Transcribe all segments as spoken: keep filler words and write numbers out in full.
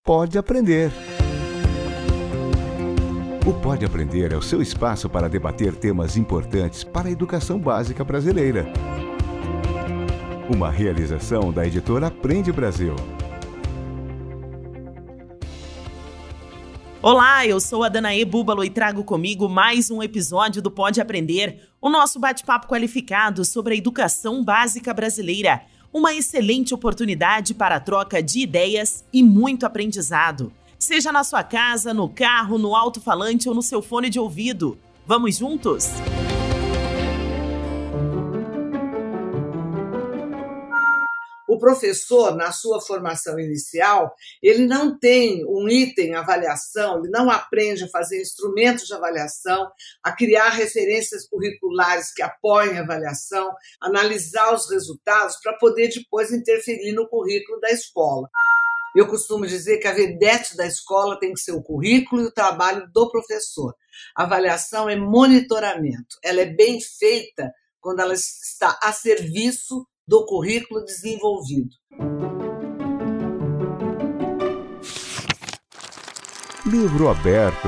Pode Aprender. O Pode Aprender é o seu espaço para debater temas importantes para a educação básica brasileira. Uma realização da editora Aprende Brasil. Olá, eu sou a Danaê Búbalo e trago comigo mais um episódio do Pode Aprender, o nosso bate-papo qualificado sobre a educação básica brasileira. Uma excelente oportunidade para a troca de ideias e muito aprendizado. Seja na sua casa, no carro, no alto-falante ou no seu fone de ouvido. Vamos juntos? O professor, na sua formação inicial, ele não tem um item avaliação, ele não aprende a fazer instrumentos de avaliação, a criar referências curriculares que apoiem a avaliação, analisar os resultados para poder depois interferir no currículo da escola. Eu costumo dizer que a vedete da escola tem que ser o currículo e o trabalho do professor. A avaliação é monitoramento, ela é bem feita quando ela está a serviço do currículo desenvolvido. Livro aberto.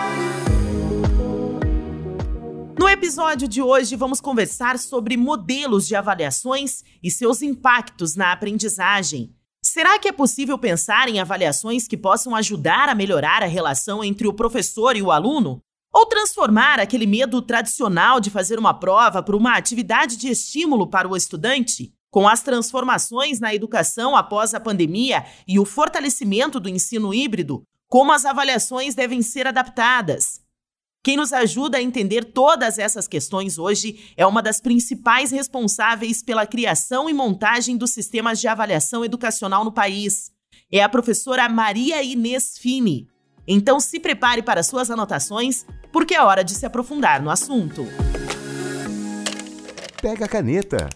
No episódio de hoje, vamos conversar sobre modelos de avaliações e seus impactos na aprendizagem. Será que é possível pensar em avaliações que possam ajudar a melhorar a relação entre o professor e o aluno? Ou transformar aquele medo tradicional de fazer uma prova por uma atividade de estímulo para o estudante? Com as transformações na educação após a pandemia e o fortalecimento do ensino híbrido, como as avaliações devem ser adaptadas? Quem nos ajuda a entender todas essas questões hoje é uma das principais responsáveis pela criação e montagem dos sistemas de avaliação educacional no país. É a professora Maria Inês Fini. Então se prepare para suas anotações, porque é hora de se aprofundar no assunto. Pega a caneta.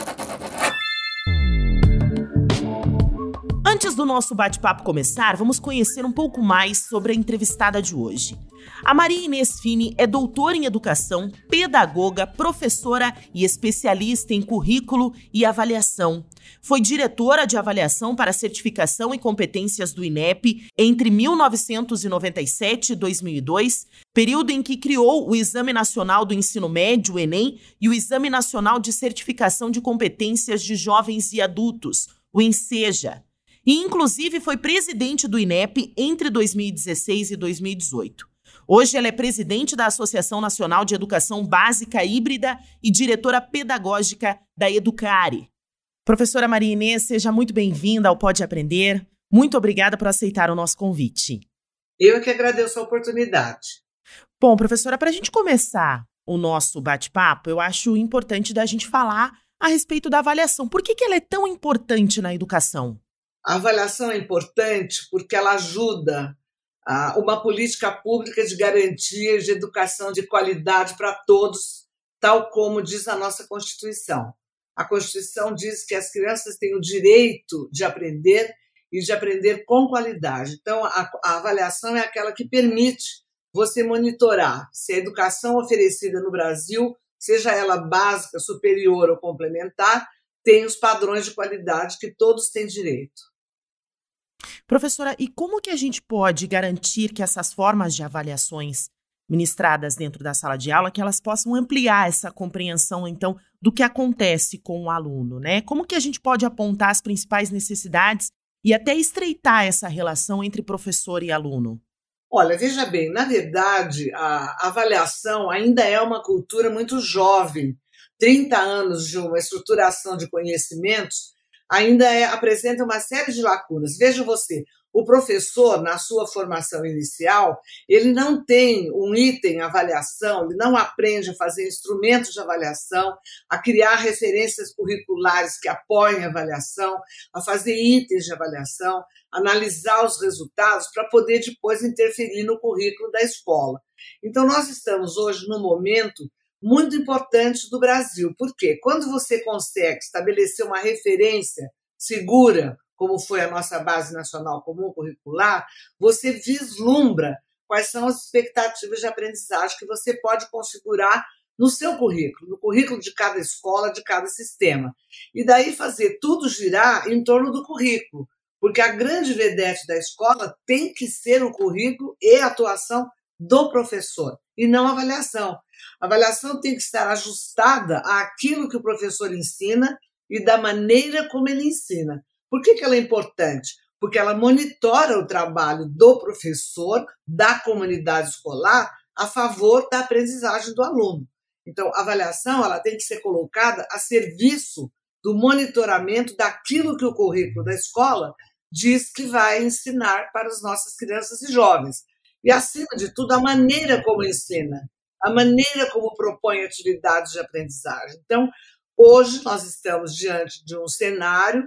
Antes do nosso bate-papo começar, vamos conhecer um pouco mais sobre a entrevistada de hoje. A Maria Inês Fini é doutora em educação, pedagoga, professora e especialista em currículo e avaliação. Foi diretora de avaliação para certificação e competências do INEP entre mil novecentos e noventa e sete e dois mil e dois, período em que criou o Exame Nacional do Ensino Médio, o Enem, e o Exame Nacional de Certificação de Competências de Jovens e Adultos, o ENSEJA. E, inclusive, foi presidente do INEP entre dois mil e dezesseis e dois mil e dezoito. Hoje ela é presidente da Associação Nacional de Educação Básica Híbrida e diretora pedagógica da Educare. Professora Maria Inês, seja muito bem-vinda ao Pode Aprender. Muito obrigada por aceitar o nosso convite. Eu que agradeço a oportunidade. Bom, professora, para a gente começar o nosso bate-papo, eu acho importante da gente falar a respeito da avaliação. Por que que ela é tão importante na educação? A avaliação é importante porque ela ajuda a uma política pública de garantia de educação de qualidade para todos, tal como diz a nossa Constituição. A Constituição diz que as crianças têm o direito de aprender e de aprender com qualidade. Então, a, a avaliação é aquela que permite você monitorar se a educação oferecida no Brasil, seja ela básica, superior ou complementar, tem os padrões de qualidade que todos têm direito. Professora, e como que a gente pode garantir que essas formas de avaliações ministradas dentro da sala de aula, que elas possam ampliar essa compreensão, então, do que acontece com o aluno, né? Como que a gente pode apontar as principais necessidades e até estreitar essa relação entre professor e aluno? Olha, veja bem, na verdade, a avaliação ainda é uma cultura muito jovem. trinta anos de uma estruturação de conhecimentos ainda é, apresenta uma série de lacunas. Veja você, o professor, na sua formação inicial, ele não tem um item avaliação, ele não aprende a fazer instrumentos de avaliação, a criar referências curriculares que apoiem a avaliação, a fazer itens de avaliação, analisar os resultados para poder depois interferir no currículo da escola. Então, nós estamos hoje num momento muito importante do Brasil. Por quê? Quando você consegue estabelecer uma referência segura, como foi a nossa Base Nacional Comum Curricular, você vislumbra quais são as expectativas de aprendizagem que você pode configurar no seu currículo, no currículo de cada escola, de cada sistema. E daí fazer tudo girar em torno do currículo, Porque a grande vedete da escola tem que ser o currículo e a atuação do professor, e não a avaliação. A avaliação tem que estar ajustada àquilo que o professor ensina e da maneira como ele ensina. Por que que ela é importante? Porque ela monitora o trabalho do professor, da comunidade escolar, a favor da aprendizagem do aluno. Então, a avaliação ela tem que ser colocada a serviço do monitoramento daquilo que o currículo da escola diz que vai ensinar para as nossas crianças e jovens. E, acima de tudo, a maneira como ensina, a maneira como propõe atividades de aprendizagem. Então, hoje nós estamos diante de um cenário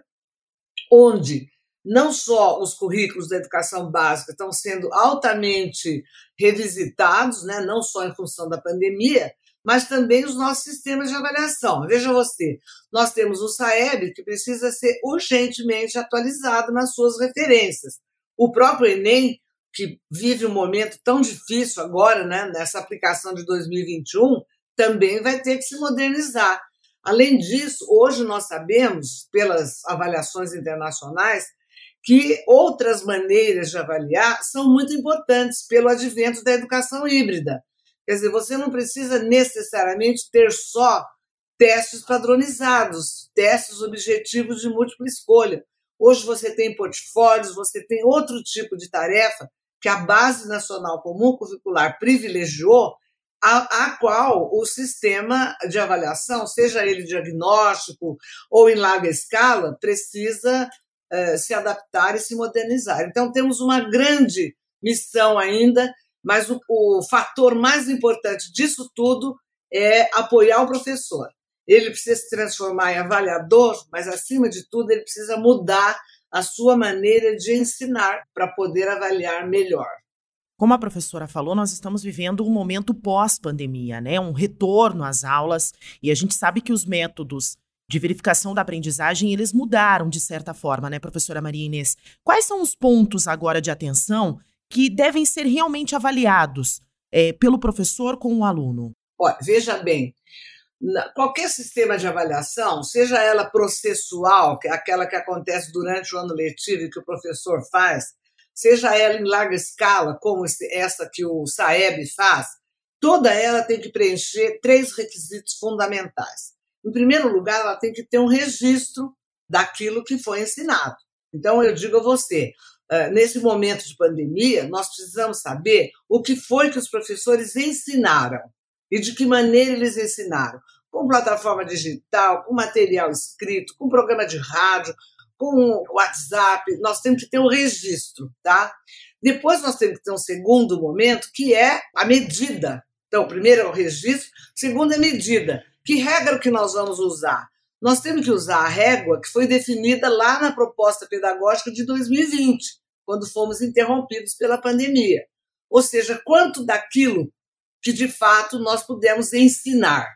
onde não só os currículos da educação básica estão sendo altamente revisitados, né, não só em função da pandemia, mas também os nossos sistemas de avaliação. Veja você, nós temos o SAEB, que precisa ser urgentemente atualizado nas suas referências. O próprio Enem, que vive um momento tão difícil agora, né, nessa aplicação de dois mil e vinte e um, também vai ter que se modernizar. Além disso, hoje nós sabemos, pelas avaliações internacionais, que outras maneiras de avaliar são muito importantes pelo advento da educação híbrida. Quer dizer, você não precisa necessariamente ter só testes padronizados, testes objetivos de múltipla escolha. Hoje você tem portfólios, você tem outro tipo de tarefa que a Base Nacional Comum Curricular privilegiou, a, a qual o sistema de avaliação, seja ele diagnóstico ou em larga escala, precisa uh, se adaptar e se modernizar. Então, temos uma grande missão ainda, mas o, o fator mais importante disso tudo é apoiar o professor. Ele precisa se transformar em avaliador, mas, acima de tudo, ele precisa mudar a sua maneira de ensinar para poder avaliar melhor. Como a professora falou, nós estamos vivendo um momento pós-pandemia, né? Um retorno às aulas, e a gente sabe que os métodos de verificação da aprendizagem, eles mudaram de certa forma, né, professora Maria Inês? Quais são os pontos agora de atenção que devem ser realmente avaliados é, pelo professor com o aluno? Olha, veja bem, qualquer sistema de avaliação, seja ela processual, que é aquela que acontece durante o ano letivo e que o professor faz, seja ela em larga escala, como essa que o SAEB faz, toda ela tem que preencher três requisitos fundamentais. Em primeiro lugar, ela tem que ter um registro daquilo que foi ensinado. Então, eu digo a você, nesse momento de pandemia, nós precisamos saber o que foi que os professores ensinaram e de que maneira eles ensinaram. Com plataforma digital, com material escrito, com programa de rádio, com WhatsApp, nós temos que ter um registro, tá? Depois nós temos que ter um segundo momento, que é a medida. Então, o primeiro é o registro, o segundo é a medida. Que regra que nós vamos usar? Nós temos que usar a régua que foi definida lá na proposta pedagógica de dois mil e vinte, quando fomos interrompidos pela pandemia. Ou seja, quanto daquilo que, de fato, nós pudemos ensinar.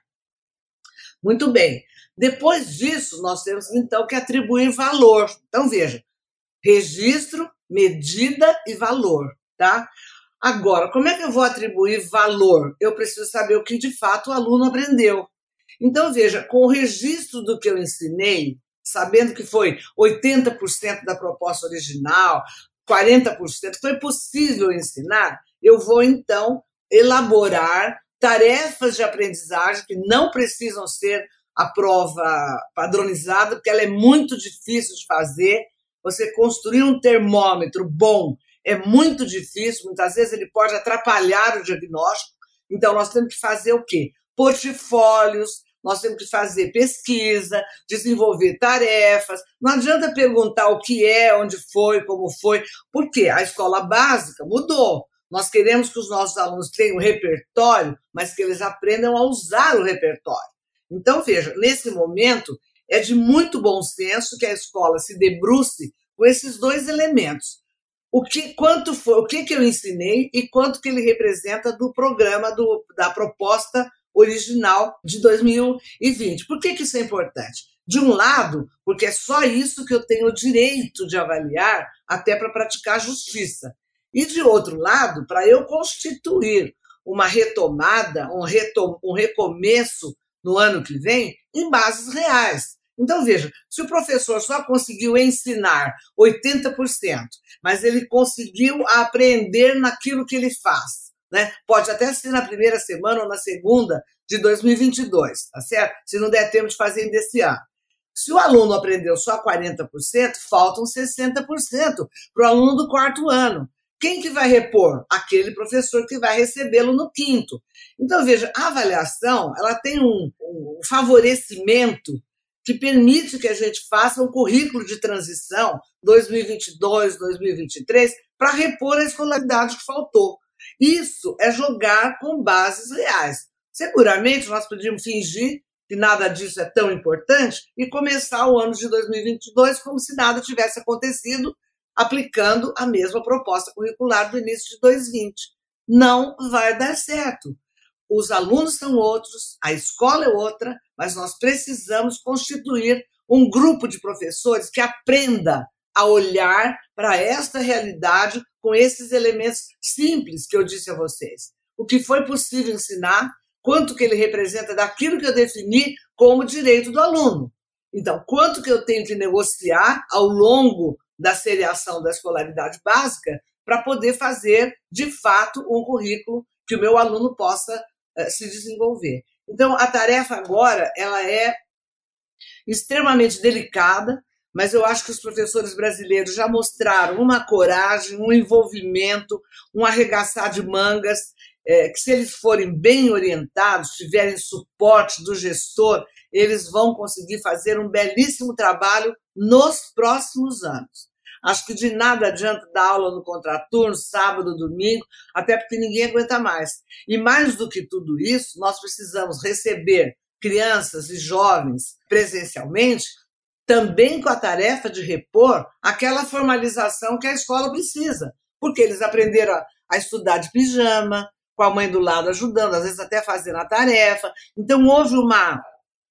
Muito bem. Depois disso, nós temos, então, que atribuir valor. Então, veja, registro, medida e valor, tá? Agora, como é que eu vou atribuir valor? Eu preciso saber o que, de fato, o aluno aprendeu. Então, veja, com o registro do que eu ensinei, sabendo que foi oitenta por cento da proposta original, quarenta por cento, foi possível ensinar, eu vou, então, elaborar tarefas de aprendizagem que não precisam ser a prova padronizada, porque ela é muito difícil de fazer. Você construir um termômetro bom é muito difícil, muitas vezes ele pode atrapalhar o diagnóstico. Então, nós temos que fazer o quê? Portfólios, nós temos que fazer pesquisa, desenvolver tarefas. Não adianta perguntar o que é, onde foi, como foi, porque a escola básica mudou. Nós queremos que os nossos alunos tenham um repertório, mas que eles aprendam a usar o repertório. Então, veja, nesse momento, é de muito bom senso que a escola se debruce com esses dois elementos. O que, quanto foi, o que, que eu ensinei e quanto que ele representa do programa, do, da proposta original de dois mil e vinte. Por que, que isso é importante? De um lado, porque é só isso que eu tenho o direito de avaliar até para praticar justiça. E, de outro lado, para eu constituir uma retomada, um, retom- um recomeço no ano que vem, em bases reais. Então, veja, se o professor só conseguiu ensinar oitenta por cento, mas ele conseguiu aprender naquilo que ele faz, né? Pode até ser na primeira semana ou na segunda de dois mil e vinte e dois, tá certo? Se não der tempo de fazer ainda esse ano. Se o aluno aprendeu só quarenta por cento, faltam sessenta por cento para o aluno do quarto ano. Quem que vai repor? Aquele professor que vai recebê-lo no quinto. Então, veja, a avaliação ela tem um, um favorecimento que permite que a gente faça um currículo de transição dois mil e vinte e dois, dois mil e vinte e três para repor a escolaridade que faltou. Isso é jogar com bases reais. Seguramente nós podíamos fingir que nada disso é tão importante e começar o ano de dois mil e vinte e dois como se nada tivesse acontecido, aplicando a mesma proposta curricular do início de dois mil e vinte. Não vai dar certo. Os alunos são outros, a escola é outra, mas nós precisamos constituir um grupo de professores que aprenda a olhar para esta realidade com esses elementos simples que eu disse a vocês. O que foi possível ensinar, quanto que ele representa daquilo que eu defini como direito do aluno. Então, quanto que eu tenho que negociar ao longo da seriação da escolaridade básica para poder fazer, de fato, um currículo que o meu aluno possa uh, se desenvolver. Então, a tarefa agora ela é extremamente delicada, mas eu acho que os professores brasileiros já mostraram uma coragem, um envolvimento, um arregaçar de mangas, é, que se eles forem bem orientados, tiverem suporte do gestor, eles vão conseguir fazer um belíssimo trabalho nos próximos anos. Acho que de nada adianta dar aula no contraturno, sábado, domingo, até porque ninguém aguenta mais. E mais do que tudo isso, nós precisamos receber crianças e jovens presencialmente, também com a tarefa de repor aquela formalização que a escola precisa, porque eles aprenderam a, a estudar de pijama, com a mãe do lado ajudando, às vezes até fazendo a tarefa. Então, houve uma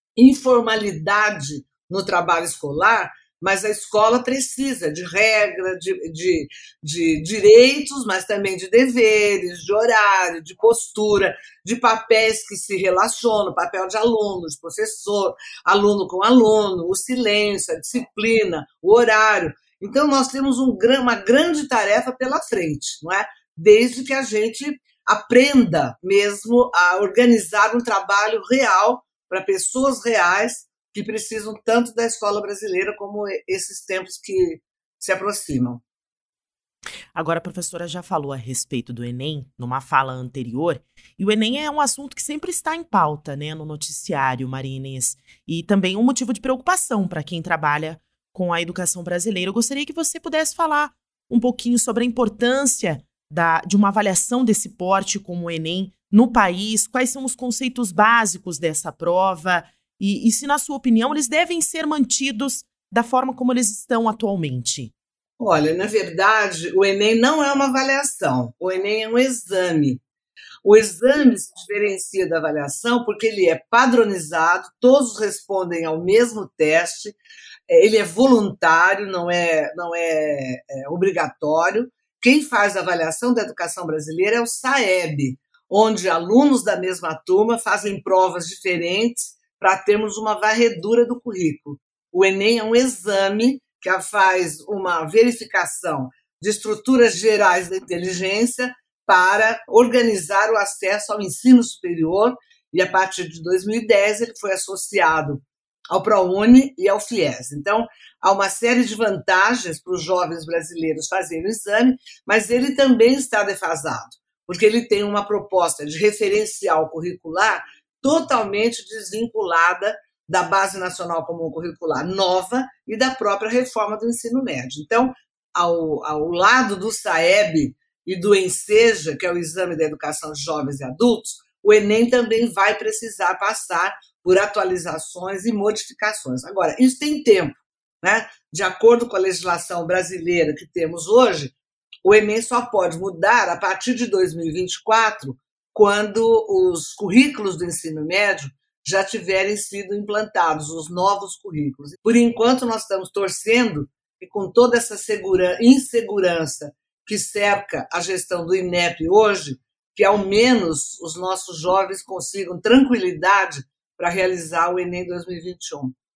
informalidade no trabalho escolar, mas a escola precisa de regra, de, de, de direitos, mas também de deveres, de horário, de postura, de papéis que se relacionam, papel de aluno, de professor, aluno com aluno, o silêncio, a disciplina, o horário. Então, nós temos um, uma grande tarefa pela frente, não é? Desde que a gente aprenda mesmo a organizar um trabalho real para pessoas reais que precisam tanto da escola brasileira como esses tempos que se aproximam. Agora, a professora já falou a respeito do Enem, numa fala anterior, e o Enem é um assunto que sempre está em pauta, né, no noticiário, Maria Inês, e também um motivo de preocupação para quem trabalha com a educação brasileira. Eu gostaria que você pudesse falar um pouquinho sobre a importância da, de uma avaliação desse porte como o Enem no país, quais são os conceitos básicos dessa prova, E, e se, na sua opinião, eles devem ser mantidos da forma como eles estão atualmente? Olha, na verdade, o Enem não é uma avaliação. O Enem é um exame. O exame se diferencia da avaliação porque ele é padronizado, todos respondem ao mesmo teste, ele é voluntário, não é, não é, é obrigatório. Quem faz a avaliação da educação brasileira é o SAEB, onde alunos da mesma turma fazem provas diferentes para termos uma varredura do currículo. O Enem é um exame que faz uma verificação de estruturas gerais da inteligência para organizar o acesso ao ensino superior, e a partir de dois mil e dez ele foi associado ao ProUni e ao FIES. Então, há uma série de vantagens para os jovens brasileiros fazerem o exame, mas ele também está defasado, porque ele tem uma proposta de referencial curricular totalmente desvinculada da Base Nacional Comum Curricular nova e da própria reforma do ensino médio. Então, ao, ao lado do SAEB e do ENSEJA, que é o Exame da Educação de Jovens e Adultos, o Enem também vai precisar passar por atualizações e modificações. Agora, isso tem tempo, né? De acordo com a legislação brasileira que temos hoje, o Enem só pode mudar a partir de dois mil e vinte e quatro, quando os currículos do ensino médio já tiverem sido implantados, os novos currículos. Por enquanto, nós estamos torcendo que, com toda essa segura, insegurança que cerca a gestão do INEP hoje, que ao menos os nossos jovens consigam tranquilidade para realizar o Enem dois mil e vinte e um.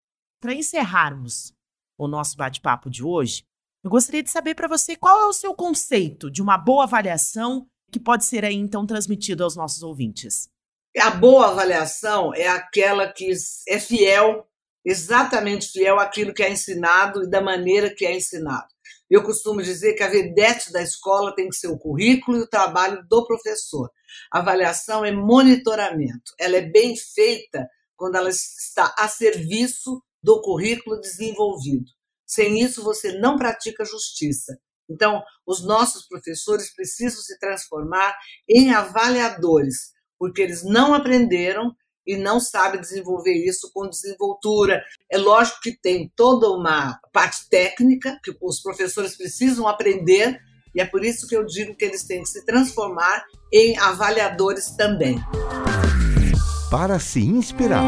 para encerrarmos o nosso bate-papo de hoje, eu gostaria de saber para você qual é o seu conceito de uma boa avaliação que pode ser aí, então, transmitido aos nossos ouvintes. A boa avaliação é aquela que é fiel, exatamente fiel àquilo que é ensinado e da maneira que é ensinado. Eu costumo dizer que a vedete da escola tem que ser o currículo e o trabalho do professor. A avaliação é monitoramento. Ela é bem feita quando ela está a serviço do currículo desenvolvido. Sem isso, você não pratica justiça. Então, os nossos professores precisam se transformar em avaliadores, porque eles não aprenderam e não sabem desenvolver isso com desenvoltura. É lógico que tem toda uma parte técnica que os professores precisam aprender, e é por isso que eu digo que eles têm que se transformar em avaliadores também. Para se inspirar.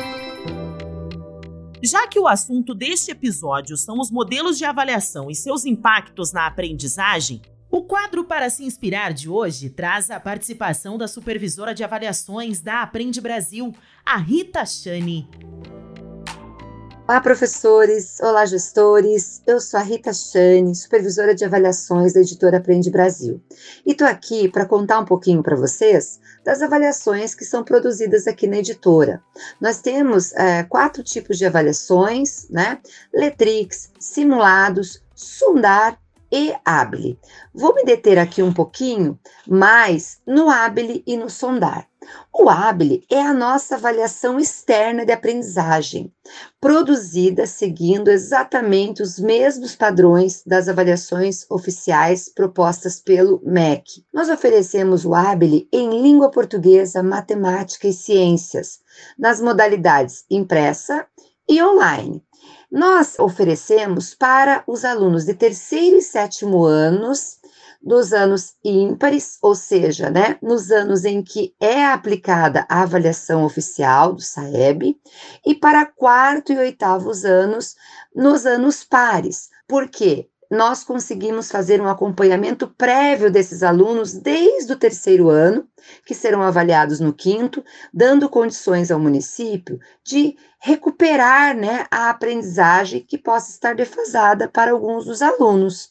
Já que o assunto deste episódio são os modelos de avaliação e seus impactos na aprendizagem, o quadro Para se Inspirar de hoje traz a participação da supervisora de avaliações da Aprende Brasil, a Rita Chani. Olá, professores! Olá, gestores! Eu sou a Rita Chani, supervisora de avaliações da editora Aprende Brasil. E estou aqui para contar um pouquinho para vocês das avaliações que são produzidas aqui na editora. Nós temos é, quatro tipos de avaliações, né? Letrix, simulados, Sundar e Abili. Vou me deter aqui um pouquinho mais no Abili e no Sundar. O Abili é a nossa avaliação externa de aprendizagem, produzida seguindo exatamente os mesmos padrões das avaliações oficiais propostas pelo M E C. Nós oferecemos o Abili em língua portuguesa, matemática e ciências, nas modalidades impressa e online. Nós oferecemos para os alunos de terceiro e sétimo anos, dos anos ímpares, ou seja, né, nos anos em que é aplicada a avaliação oficial do SAEB, e para quarto e oitavos anos, nos anos pares. Por quê? Nós conseguimos fazer um acompanhamento prévio desses alunos desde o terceiro ano, que serão avaliados no quinto, dando condições ao município de recuperar, né, a aprendizagem que possa estar defasada para alguns dos alunos.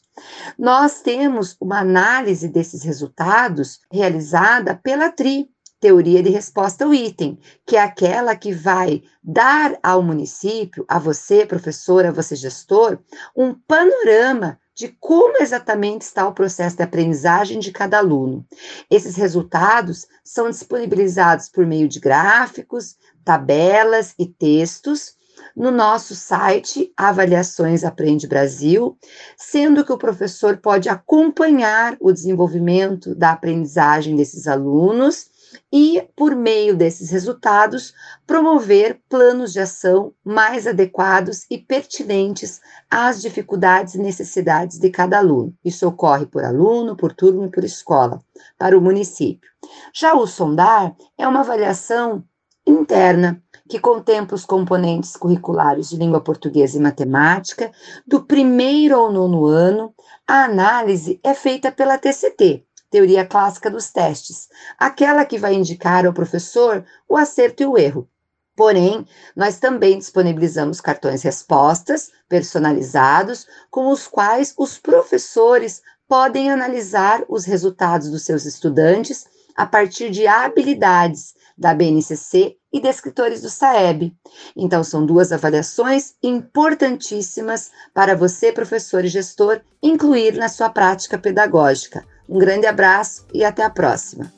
Nós temos uma análise desses resultados realizada pela T R I, Teoria de Resposta ao Item, que é aquela que vai dar ao município, a você, professor, a você, gestor, um panorama de como exatamente está o processo de aprendizagem de cada aluno. Esses resultados são disponibilizados por meio de gráficos, tabelas e textos no nosso site Avaliações Aprende Brasil, sendo que o professor pode acompanhar o desenvolvimento da aprendizagem desses alunos e, por meio desses resultados, promover planos de ação mais adequados e pertinentes às dificuldades e necessidades de cada aluno. Isso ocorre por aluno, por turma e por escola, para o município. Já o Sundar é uma avaliação interna, que contempla os componentes curriculares de língua portuguesa e matemática, do primeiro ao nono ano. A análise é feita pela T C T, Teoria Clássica dos Testes, aquela que vai indicar ao professor o acerto e o erro. Porém, nós também disponibilizamos cartões respostas personalizados, com os quais os professores podem analisar os resultados dos seus estudantes a partir de habilidades da B N C C e descritores do SAEB. Então, são duas avaliações importantíssimas para você, professor e gestor, incluir na sua prática pedagógica. Um grande abraço e até a próxima.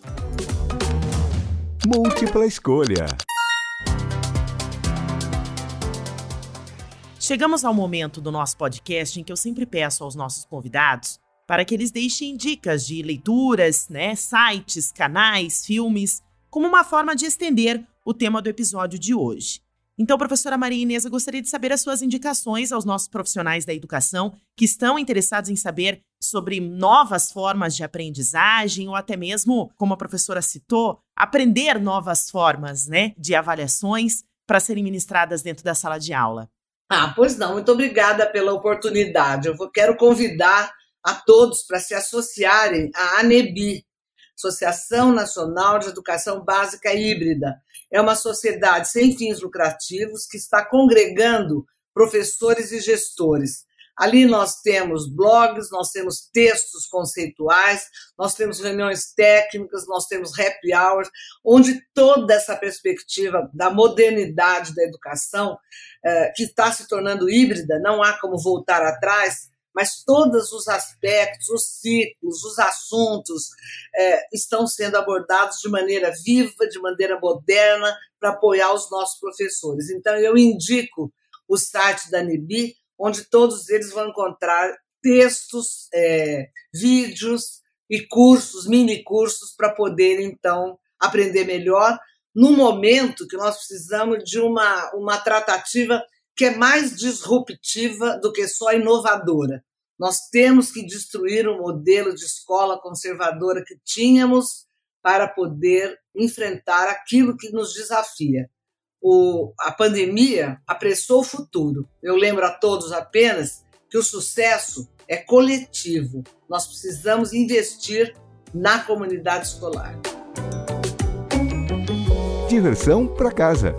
Múltipla escolha. Chegamos ao momento do nosso podcast em que eu sempre peço aos nossos convidados para que eles deixem dicas de leituras, né, sites, canais, filmes, como uma forma de estender o tema do episódio de hoje. Então, professora Maria Inês, eu gostaria de saber as suas indicações aos nossos profissionais da educação que estão interessados em saber sobre novas formas de aprendizagem ou até mesmo, como a professora citou, aprender novas formas, né, de avaliações para serem ministradas dentro da sala de aula. Ah, pois não, muito obrigada pela oportunidade. Eu vou, quero convidar a todos para se associarem à ANEBI, Associação Nacional de Educação Básica Híbrida. É uma sociedade sem fins lucrativos que está congregando professores e gestores. Ali nós temos blogs, nós temos textos conceituais, nós temos reuniões técnicas, nós temos happy hours, onde toda essa perspectiva da modernidade da educação, eh, que está se tornando híbrida, não há como voltar atrás, mas todos os aspectos, os ciclos, os assuntos eh, estão sendo abordados de maneira viva, de maneira moderna, para apoiar os nossos professores. Então, eu indico o site da ANEBI, onde todos eles vão encontrar textos, é, vídeos e cursos, mini-cursos, para poderem, então, aprender melhor, no momento que nós precisamos de uma, uma tratativa que é mais disruptiva do que só inovadora. Nós temos que destruir o modelo de escola conservadora que tínhamos para poder enfrentar aquilo que nos desafia. O, a pandemia apressou o futuro. Eu lembro a todos apenas que o sucesso é coletivo. Nós precisamos investir na comunidade escolar. Diversão para casa.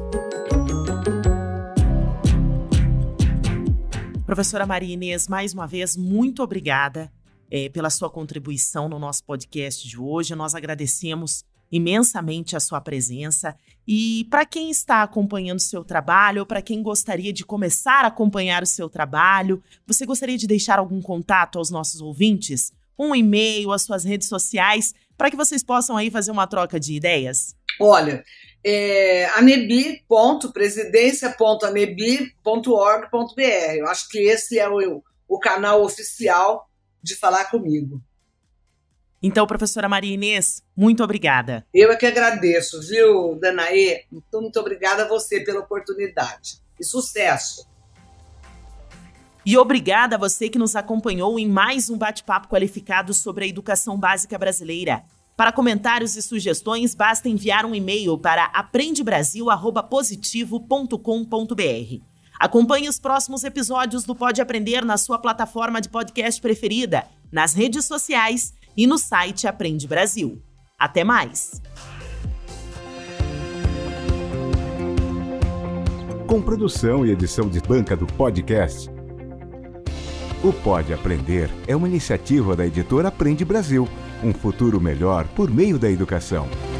Professora Maria Inês, mais uma vez, muito obrigada é, pela sua contribuição no nosso podcast de hoje. Nós agradecemos imensamente a sua presença. E para quem está acompanhando o seu trabalho, ou para quem gostaria de começar a acompanhar o seu trabalho, você gostaria de deixar algum contato aos nossos ouvintes? Um e-mail, as suas redes sociais, para que vocês possam aí fazer uma troca de ideias? Olha, é anebi ponto presidência ponto anebi ponto org ponto b r. Eu acho que esse é o, o canal oficial de falar comigo. Então, professora Maria Inês, muito obrigada. Eu é que agradeço, viu, Danaê? Muito, muito obrigada a você pela oportunidade. E sucesso! E obrigada a você que nos acompanhou em mais um bate-papo qualificado sobre a educação básica brasileira. Para comentários e sugestões, basta enviar um e-mail para aprendebrasil arroba positivo ponto com ponto b r. Acompanhe os próximos episódios do Pode Aprender na sua plataforma de podcast preferida, nas redes sociais e no site Aprende Brasil. Até mais! Com produção e edição de banca do podcast, o Pode Aprender é uma iniciativa da editora Aprende Brasil, um futuro melhor por meio da educação.